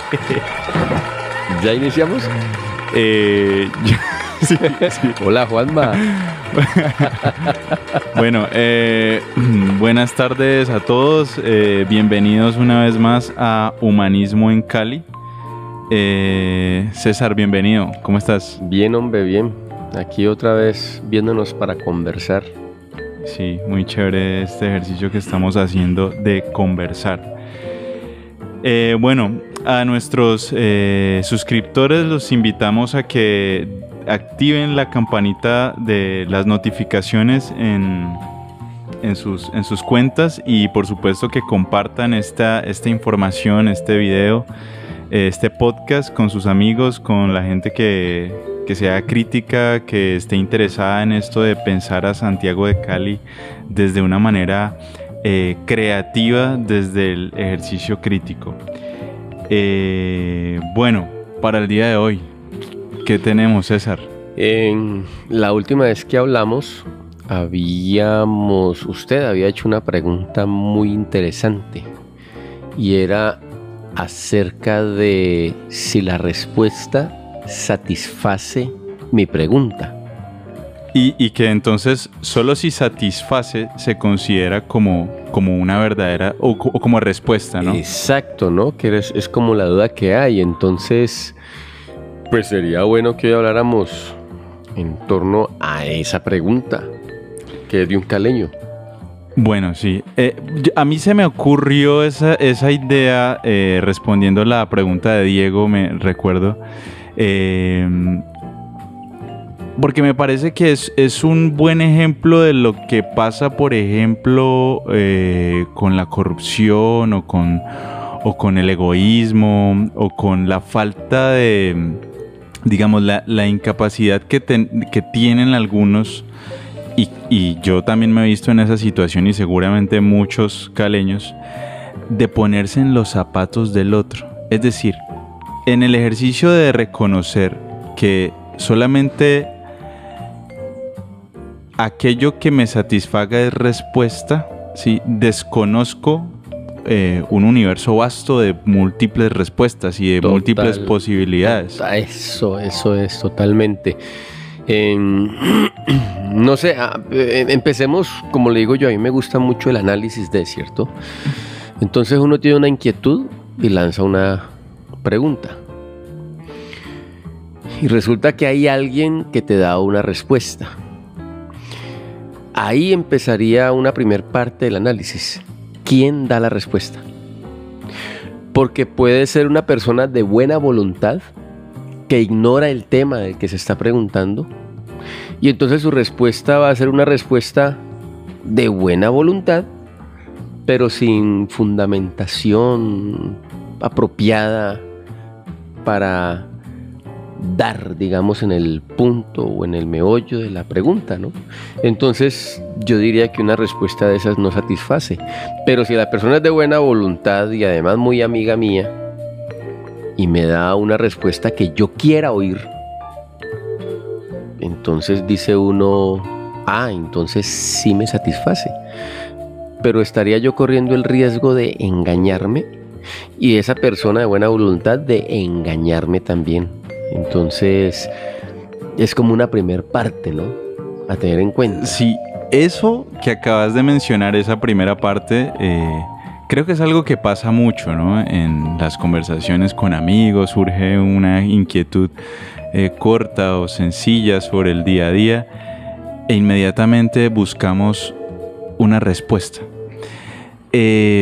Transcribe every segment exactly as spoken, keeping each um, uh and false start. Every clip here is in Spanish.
¿Ya iniciamos? Eh, yo- sí, sí. Hola, Juanma. Bueno, eh, buenas tardes a todos. Eh, bienvenidos una vez más a Humanismo en Cali. Eh, César, bienvenido. ¿Cómo estás? Bien, hombre, bien. Aquí otra vez viéndonos para conversar. Sí, muy chévere este ejercicio que estamos haciendo de conversar. Eh, bueno, a nuestros eh, suscriptores los invitamos a que activen la campanita de las notificaciones en, en, sus, en sus cuentas y por supuesto que compartan esta, esta información, este video, eh, este podcast con sus amigos, con la gente que, que sea crítica, que esté interesada en esto de pensar a Santiago de Cali desde una manera eh, creativa, desde el ejercicio crítico. Eh, bueno, para el día de hoy, ¿qué tenemos, César? En la última vez que hablamos, habíamos, usted había hecho una pregunta muy interesante y era acerca de si la respuesta satisface mi pregunta. Y, y que entonces solo si satisface se considera como, como una verdadera o, o como respuesta, ¿no? Exacto, ¿no? Que es, es como la duda que hay. Entonces, pues sería bueno que hoy habláramos en torno a esa pregunta, que es de un caleño. Bueno, sí. Eh, yo- a mí se me ocurrió esa, esa idea eh, respondiendo la pregunta de Diego, me recuerdo. Eh, porque me parece que es, es un buen ejemplo de lo que pasa, por ejemplo, eh, con la corrupción o con, o con el egoísmo o con la falta de, digamos, la, la incapacidad que, ten- que tienen algunos. Y, y yo también me he visto en esa situación y seguramente muchos caleños, de ponerse en los zapatos del otro. Es decir, en el ejercicio de reconocer que solamente aquello que me satisfaga es respuesta, ¿sí? Desconozco eh, un universo vasto de múltiples respuestas y de Total. múltiples posibilidades. Ah, Eso, eso es totalmente. En- no sé, ah, eh, empecemos, como le digo yo, a mí me gusta mucho el análisis de, ¿cierto? Entonces uno tiene una inquietud y lanza una pregunta. Y resulta que hay alguien que te da una respuesta. Ahí empezaría una primer parte del análisis. ¿Quién da la respuesta? Porque puede ser una persona de buena voluntad que ignora el tema del que se está preguntando y entonces su respuesta va a ser una respuesta de buena voluntad, pero sin fundamentación apropiada para dar, digamos, en el punto o en el meollo de la pregunta, ¿no? Entonces yo diría que una respuesta de esas no satisface, pero si la persona es de buena voluntad y además muy amiga mía y me da una respuesta que yo quiera oír, entonces dice uno, ah, entonces sí me satisface, pero estaría yo corriendo el riesgo de engañarme y esa persona de buena voluntad de engañarme también. Entonces es como una primer parte, ¿no? A tener en cuenta. Sí, eso que acabas de mencionar, esa primera parte, eh, creo que es algo que pasa mucho, ¿no? En las conversaciones con amigos surge una inquietud eh, corta o sencilla sobre el día a día e inmediatamente buscamos una respuesta. Eh,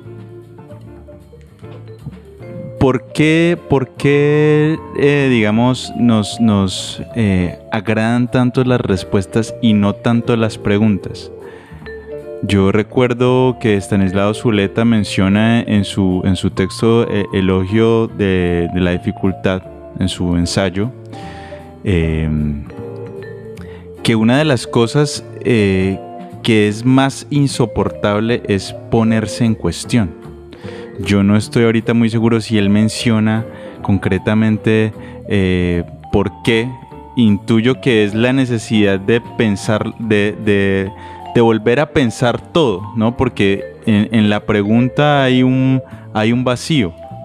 ¿Por qué, por qué eh, digamos, nos, nos eh, agradan tanto las respuestas y no tanto las preguntas? Yo recuerdo que Estanislao Zuleta menciona en su, en su texto eh, Elogio de, de la dificultad, en su ensayo, eh, que una de las cosas eh, que es más insoportable es ponerse en cuestión. Yo no estoy ahorita muy seguro si él menciona concretamente eh, por qué. Intuyo que es la necesidad de pensar, de, de, de volver a pensar todo, ¿no? Porque en, en la pregunta hay un, hay un vacío.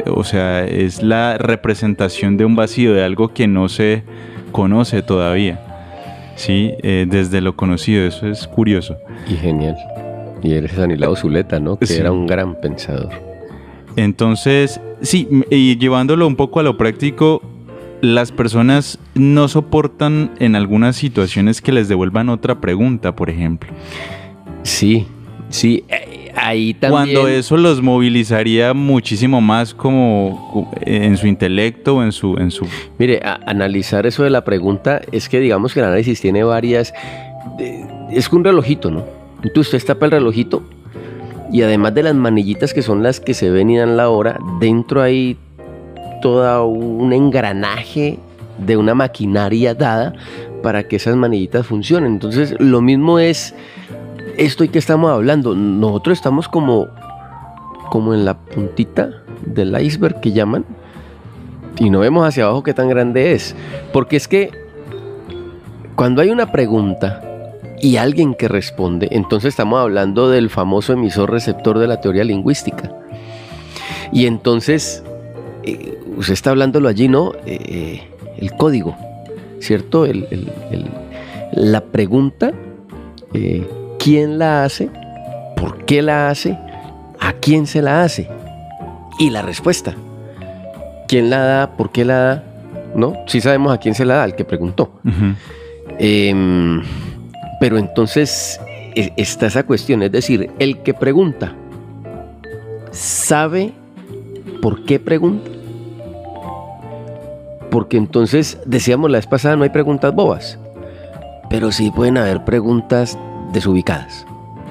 o sea, es la representación de un vacío, de algo que no se conoce todavía, ¿sí? Eh, desde lo conocido, eso es curioso. Y genial. Y eres Anilao Zuleta, ¿no? Que Sí. era un gran pensador. Entonces, sí, y llevándolo un poco a lo práctico, las personas no soportan en algunas situaciones que les devuelvan otra pregunta, por ejemplo. Sí, sí. eh, Ahí también. Cuando eso los movilizaría muchísimo más como en su intelecto o en su... En su... Mire, a- analizar eso de la pregunta es que digamos que el análisis tiene varias... eh, es que un relojito, ¿no? Entonces usted tapa el relojito y además de las manillitas que son las que se ven y dan la hora, dentro hay todo un engranaje de una maquinaria dada para que esas manillitas funcionen. Entonces lo mismo es esto y que estamos hablando. Nosotros estamos como, como en la puntita del iceberg que llaman y no vemos hacia abajo qué tan grande es. Porque es que cuando hay una pregunta y alguien que responde, entonces estamos hablando del famoso emisor receptor de la teoría lingüística. Y entonces, eh, usted está hablándolo allí, ¿no? Eh, el código, ¿cierto? El, el, el, la pregunta, eh, ¿quién la hace? ¿Por qué la hace? ¿A quién se la hace? Y la respuesta. ¿Quién la da? ¿Por qué la da? ¿No? Sí sabemos a quién se la da, al que preguntó. Uh-huh. Eh, pero entonces e- está esa cuestión, es decir, el que pregunta, ¿sabe por qué pregunta? Porque entonces, decíamos la vez pasada, no hay preguntas bobas, pero sí pueden haber preguntas desubicadas.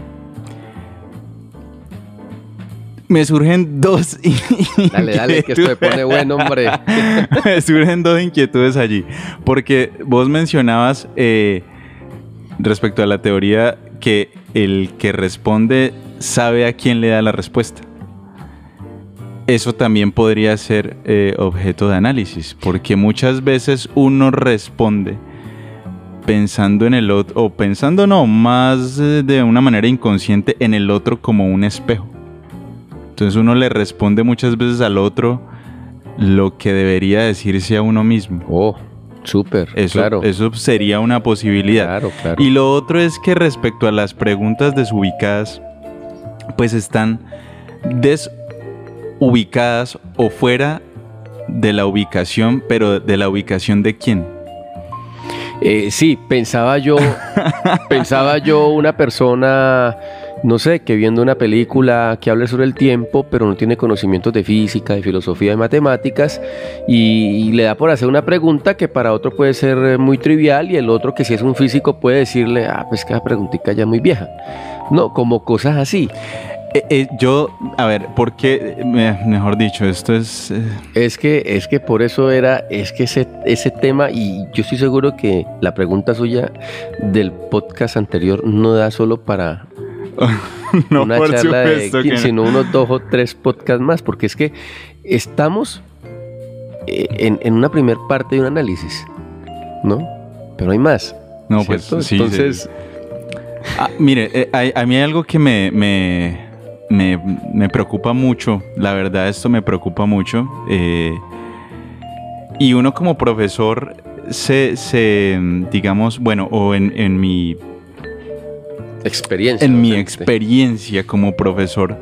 Me surgen dos Dale, dale, que esto me pone bueno, hombre. Me surgen dos inquietudes allí. Porque vos mencionabas eh, respecto a la teoría que el que responde sabe a quién le da la respuesta. Eso también podría ser eh, objeto de análisis, porque muchas veces uno responde pensando en el otro, o pensando no, más eh, de una manera inconsciente en el otro como un espejo. Entonces uno le responde muchas veces al otro lo que debería decirse a uno mismo. Oh, súper, Eso, claro. eso sería una posibilidad. Claro, claro. Y lo otro es que respecto a las preguntas desubicadas, pues están desubicadas o fuera de la ubicación, pero de la ubicación de quién. Eh, sí, pensaba yo, pensaba yo una persona, no sé, que viendo una película que hable sobre el tiempo, pero no tiene conocimientos de física, de filosofía, de matemáticas, y, y le da por hacer una pregunta que para otro puede ser muy trivial, y el otro que si es un físico puede decirle, ah, pues que esa preguntita ya es muy vieja. No, como cosas así. Eh, eh, yo, a ver, ¿por qué? Eh, mejor dicho, esto es... Eh... Es que, es que por eso era, es que ese, ese tema, y yo estoy seguro que la pregunta suya del podcast anterior no da solo para no, una por charla de supuesto quince, que no. sino unos dos o tres podcasts más, porque es que estamos eh, en, en una primer parte de un análisis, ¿no? Pero hay más. No, pues ¿cierto? sí. Entonces, sí. Ah, mire, eh, a, a mí hay algo que me, me, me, me preocupa mucho, la verdad esto me preocupa mucho, eh, y uno como profesor se, se digamos, bueno, o en, en mi experiencia. en mi docente. experiencia como profesor,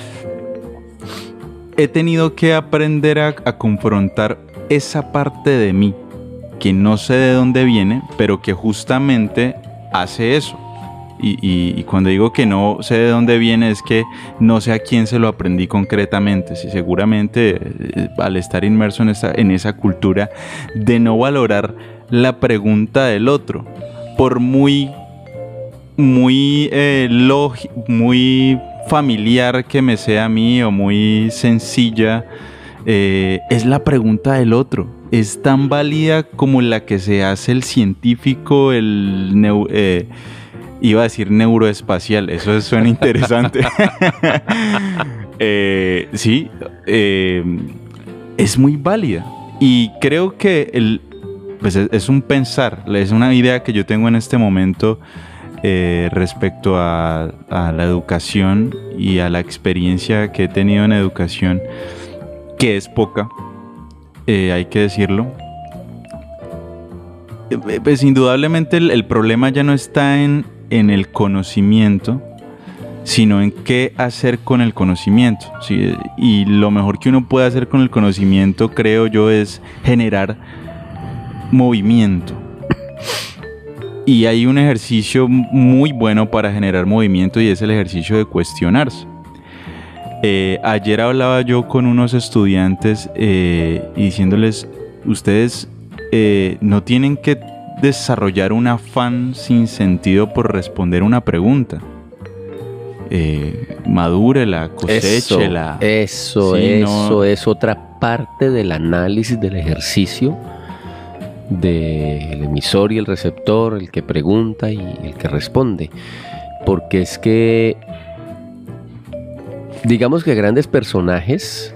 he tenido que aprender a, a confrontar esa parte de mí que no sé de dónde viene, pero que justamente hace eso. Y, y, y cuando digo que no sé de dónde viene es que no sé a quién se lo aprendí concretamente. Sí, seguramente eh, al estar inmerso en esa, en esa cultura de no valorar la pregunta del otro, por muy muy eh, log- muy familiar que me sea a mí o muy sencilla, eh, es la pregunta del otro. Es tan válida como la que se hace el científico, el neu- eh, iba a decir neuroespacial, eso suena interesante. eh, sí, eh, es muy válida. Y creo que el, pues es, es un pensar, es una idea que yo tengo en este momento eh, respecto a, a la educación y a la experiencia que he tenido en educación. que es poca, eh, hay que decirlo. Eh, pues indudablemente el, el problema ya no está en, en el conocimiento, sino en qué hacer con el conocimiento, ¿sí? Y lo mejor que uno puede hacer con el conocimiento, creo yo, es generar movimiento. Y hay un ejercicio muy bueno para generar movimiento y es el ejercicio de cuestionarse. Eh, ayer hablaba yo con unos estudiantes eh, y diciéndoles, ustedes eh, no tienen que desarrollar un afán sin sentido por responder una pregunta. Eh, madúrela, coséchela. Eso, eso, sí, eso no... es otra parte del análisis del ejercicio del emisor y el receptor, el que pregunta y el que responde. Porque es que, digamos que grandes personajes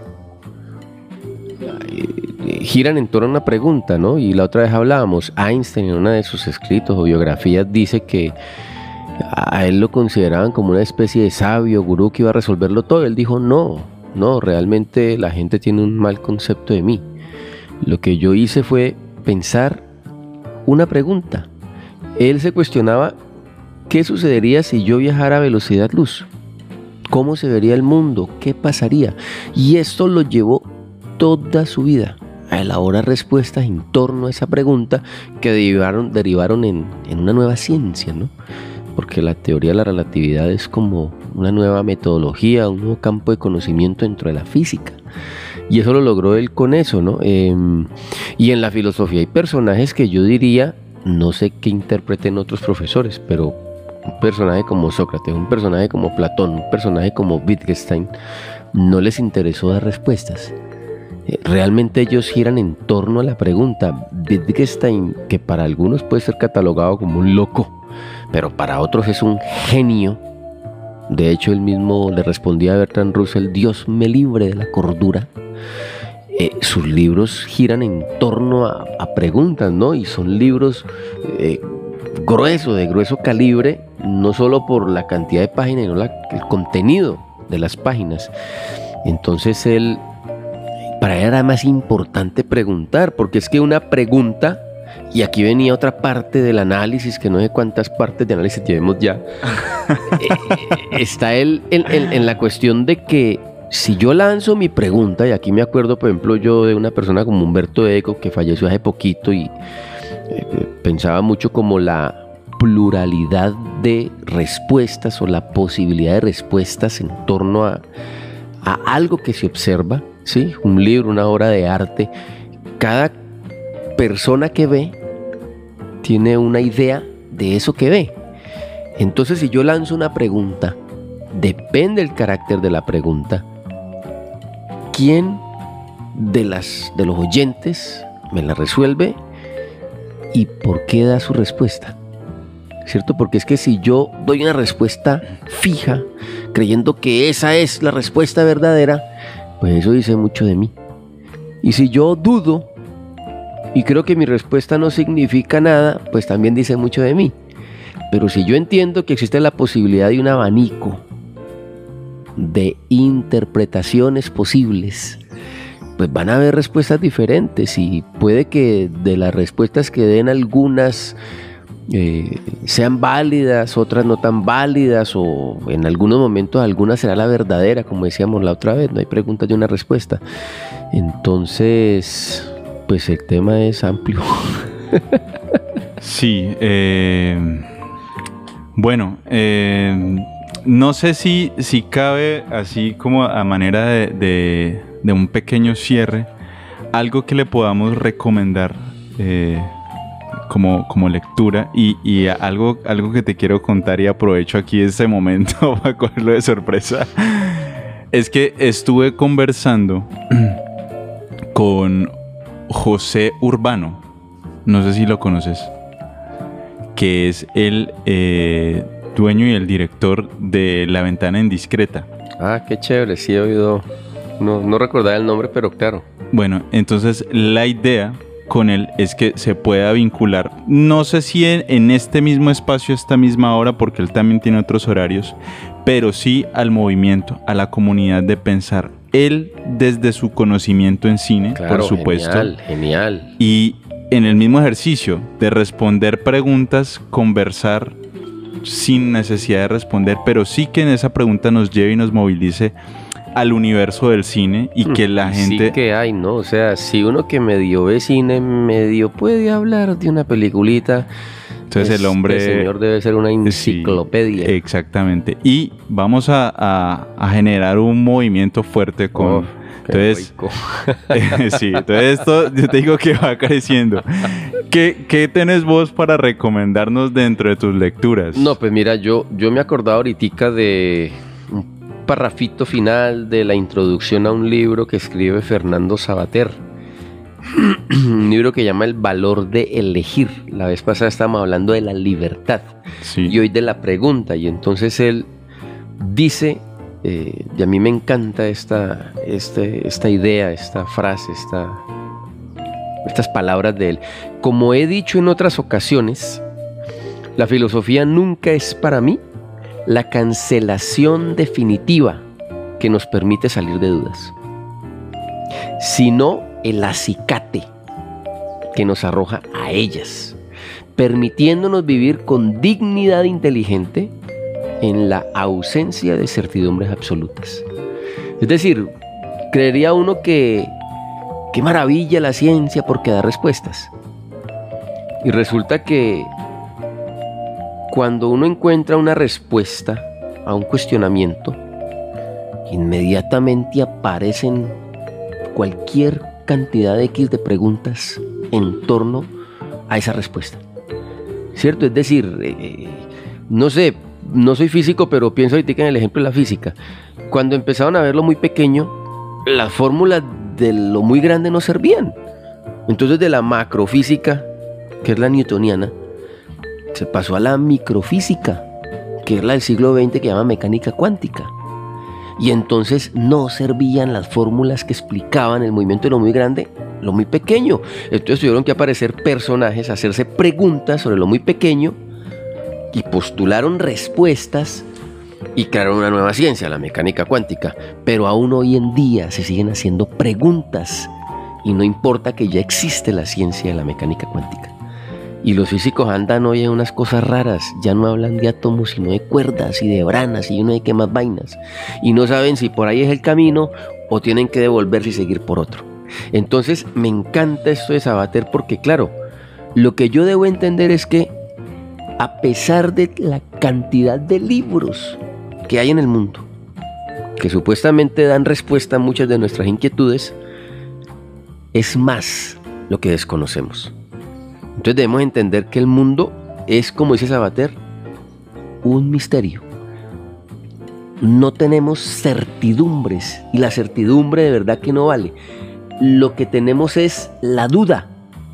eh, giran en torno a una pregunta, ¿no? Y la otra vez hablábamos, Einstein en uno de sus escritos o biografías dice que a él lo consideraban como una especie de sabio, gurú que iba a resolverlo todo. Él dijo, no, no, realmente la gente tiene un mal concepto de mí. Lo que yo hice fue pensar una pregunta. Él se cuestionaba qué sucedería si yo viajara a velocidad luz, cómo se vería el mundo, qué pasaría. Y esto lo llevó toda su vida a elaborar respuestas en torno a esa pregunta que derivaron, derivaron en, en una nueva ciencia, ¿no? Porque la teoría de la relatividad es como una nueva metodología, un nuevo campo de conocimiento dentro de la física. Y eso lo logró él con eso, ¿no? Eh, y en la filosofía hay personajes que yo diría, no sé qué interpreten otros profesores, pero un personaje como Sócrates, un personaje como Platón, un personaje como Wittgenstein, no les interesó dar respuestas. Eh, realmente ellos giran en torno a la pregunta. Wittgenstein, que para algunos puede ser catalogado como un loco, pero para otros es un genio. De hecho, él mismo le respondía a Bertrand Russell, Dios me libre de la cordura. Eh, sus libros giran en torno a, a preguntas, ¿no? Y son libros eh, gruesos, de grueso calibre, no solo por la cantidad de páginas, sino la, el contenido de las páginas. Entonces él, para él era más importante preguntar, porque es que una pregunta, y aquí venía otra parte del análisis, que no sé cuántas partes de análisis llevemos ya, eh, está él en, en, en la cuestión de que si yo lanzo mi pregunta, y aquí me acuerdo por ejemplo yo de una persona como Humberto Eco, que falleció hace poquito, y eh, pensaba mucho como la pluralidad de respuestas o la posibilidad de respuestas en torno a, a algo que se observa, ¿sí? Un libro, una obra de arte. Cada persona que ve tiene una idea de eso que ve. Entonces, si yo lanzo una pregunta, depende del carácter de la pregunta, quién de las de los oyentes me la resuelve y por qué da su respuesta, ¿cierto? Porque es que si yo doy una respuesta fija, creyendo que esa es la respuesta verdadera, pues eso dice mucho de mí. Y si yo dudo y creo que mi respuesta no significa nada, pues también dice mucho de mí. Pero si yo entiendo que existe la posibilidad de un abanico de interpretaciones posibles, pues van a haber respuestas diferentes, y puede que de las respuestas que den algunas eh, sean válidas, otras no tan válidas, o en algunos momentos alguna será la verdadera, como decíamos la otra vez, no hay preguntas y una respuesta. Entonces, pues el tema es amplio. Sí, eh, bueno, eh, no sé si, si cabe así como a manera de, de, de un pequeño cierre, algo que le podamos recomendar eh, como, como lectura, y, y algo, algo que te quiero contar y aprovecho aquí este momento para cogerlo de sorpresa. Es que estuve conversando con José Urbano, no sé si lo conoces, que es el eh, dueño y el director de La Ventana Indiscreta. Ah, qué chévere, sí he oído, no, no recordaba el nombre, pero claro. Bueno, entonces la idea con él es que se pueda vincular, no sé si en, en este mismo espacio, esta misma hora, porque él también tiene otros horarios, pero sí al movimiento, a la comunidad de pensar. Él desde su conocimiento en cine, Claro, por supuesto. Genial, genial. Y en el mismo ejercicio de responder preguntas, conversar sin necesidad de responder, pero sí que en esa pregunta nos lleve y nos movilice al universo del cine y que la gente... Sí que hay, ¿no? O sea, si uno que medio ve cine, medio puede hablar de una peliculita... Entonces es, el hombre... El señor debe ser una enciclopedia. Sí, exactamente. Y vamos a, a, a generar un movimiento fuerte con... Oh, entonces, sí, entonces esto yo te digo que va creciendo. ¿Qué, ¿Qué tenés vos para recomendarnos dentro de tus lecturas? No, pues mira, yo, yo me acordaba ahorita de un parrafito final de la introducción a un libro que escribe Fernando Savater. Un libro que llama El valor de elegir. La vez pasada estábamos hablando de la libertad, sí. Y hoy de la pregunta. Y entonces él dice, eh, y a mí me encanta esta, este, esta idea, esta frase, esta, estas palabras de él. Como he dicho en otras ocasiones, la filosofía nunca es para mí la cancelación definitiva que nos permite salir de dudas, sino el acicate que nos arroja a ellas, permitiéndonos vivir con dignidad inteligente en la ausencia de certidumbres absolutas. Es decir, creería uno que qué maravilla la ciencia porque da respuestas. Y resulta que cuando uno encuentra una respuesta a un cuestionamiento, inmediatamente aparecen cualquier cantidad de X de preguntas en torno a esa respuesta, ¿cierto? Es decir, eh, no sé, no soy físico, pero pienso ahorita en el ejemplo de la física. Cuando empezaron a verlo muy pequeño, las fórmulas de lo muy grande no servían. Entonces de la macrofísica, que es la newtoniana, se pasó a la microfísica, que es la del siglo veinte, que se llama mecánica cuántica. Y entonces no servían las fórmulas que explicaban el movimiento de lo muy grande, lo muy pequeño. Entonces tuvieron que aparecer personajes, hacerse preguntas sobre lo muy pequeño y postularon respuestas y crearon una nueva ciencia, la mecánica cuántica. Pero aún hoy en día se siguen haciendo preguntas y no importa que ya existe la ciencia de la mecánica cuántica. Y los físicos andan hoy en unas cosas raras, ya no hablan de átomos sino de cuerdas y de branas y uno de qué más vainas. Y no saben si por ahí es el camino o tienen que devolverse y seguir por otro. Entonces me encanta esto de Savater porque claro, lo que yo debo entender es que a pesar de la cantidad de libros que hay en el mundo, que supuestamente dan respuesta a muchas de nuestras inquietudes, es más lo que desconocemos. Entonces debemos entender que el mundo es, como dice Savater, un misterio. No tenemos certidumbres y la certidumbre de verdad que no vale. Lo que tenemos es la duda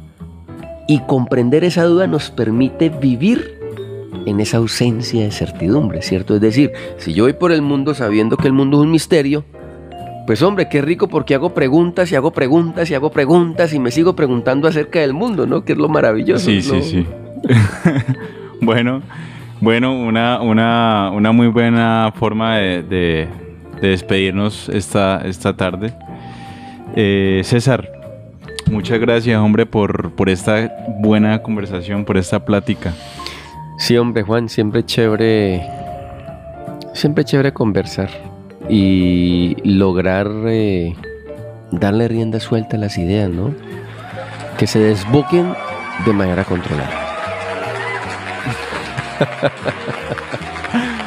y comprender esa duda nos permite vivir en esa ausencia de certidumbre, ¿cierto? Es decir, si yo voy por el mundo sabiendo que el mundo es un misterio, pues hombre, qué rico porque hago preguntas y hago preguntas y hago preguntas y me sigo preguntando acerca del mundo, ¿no? Que es lo maravilloso. Sí, ¿no? sí, sí. bueno, bueno, una, una, una muy buena forma de, de, de despedirnos esta, esta tarde. Eh, César, muchas gracias, hombre, por, por esta buena conversación, por esta plática. Sí, hombre, Juan, siempre chévere, siempre chévere conversar y lograr eh, darle rienda suelta a las ideas, ¿no? Que se desboquen de manera controlada.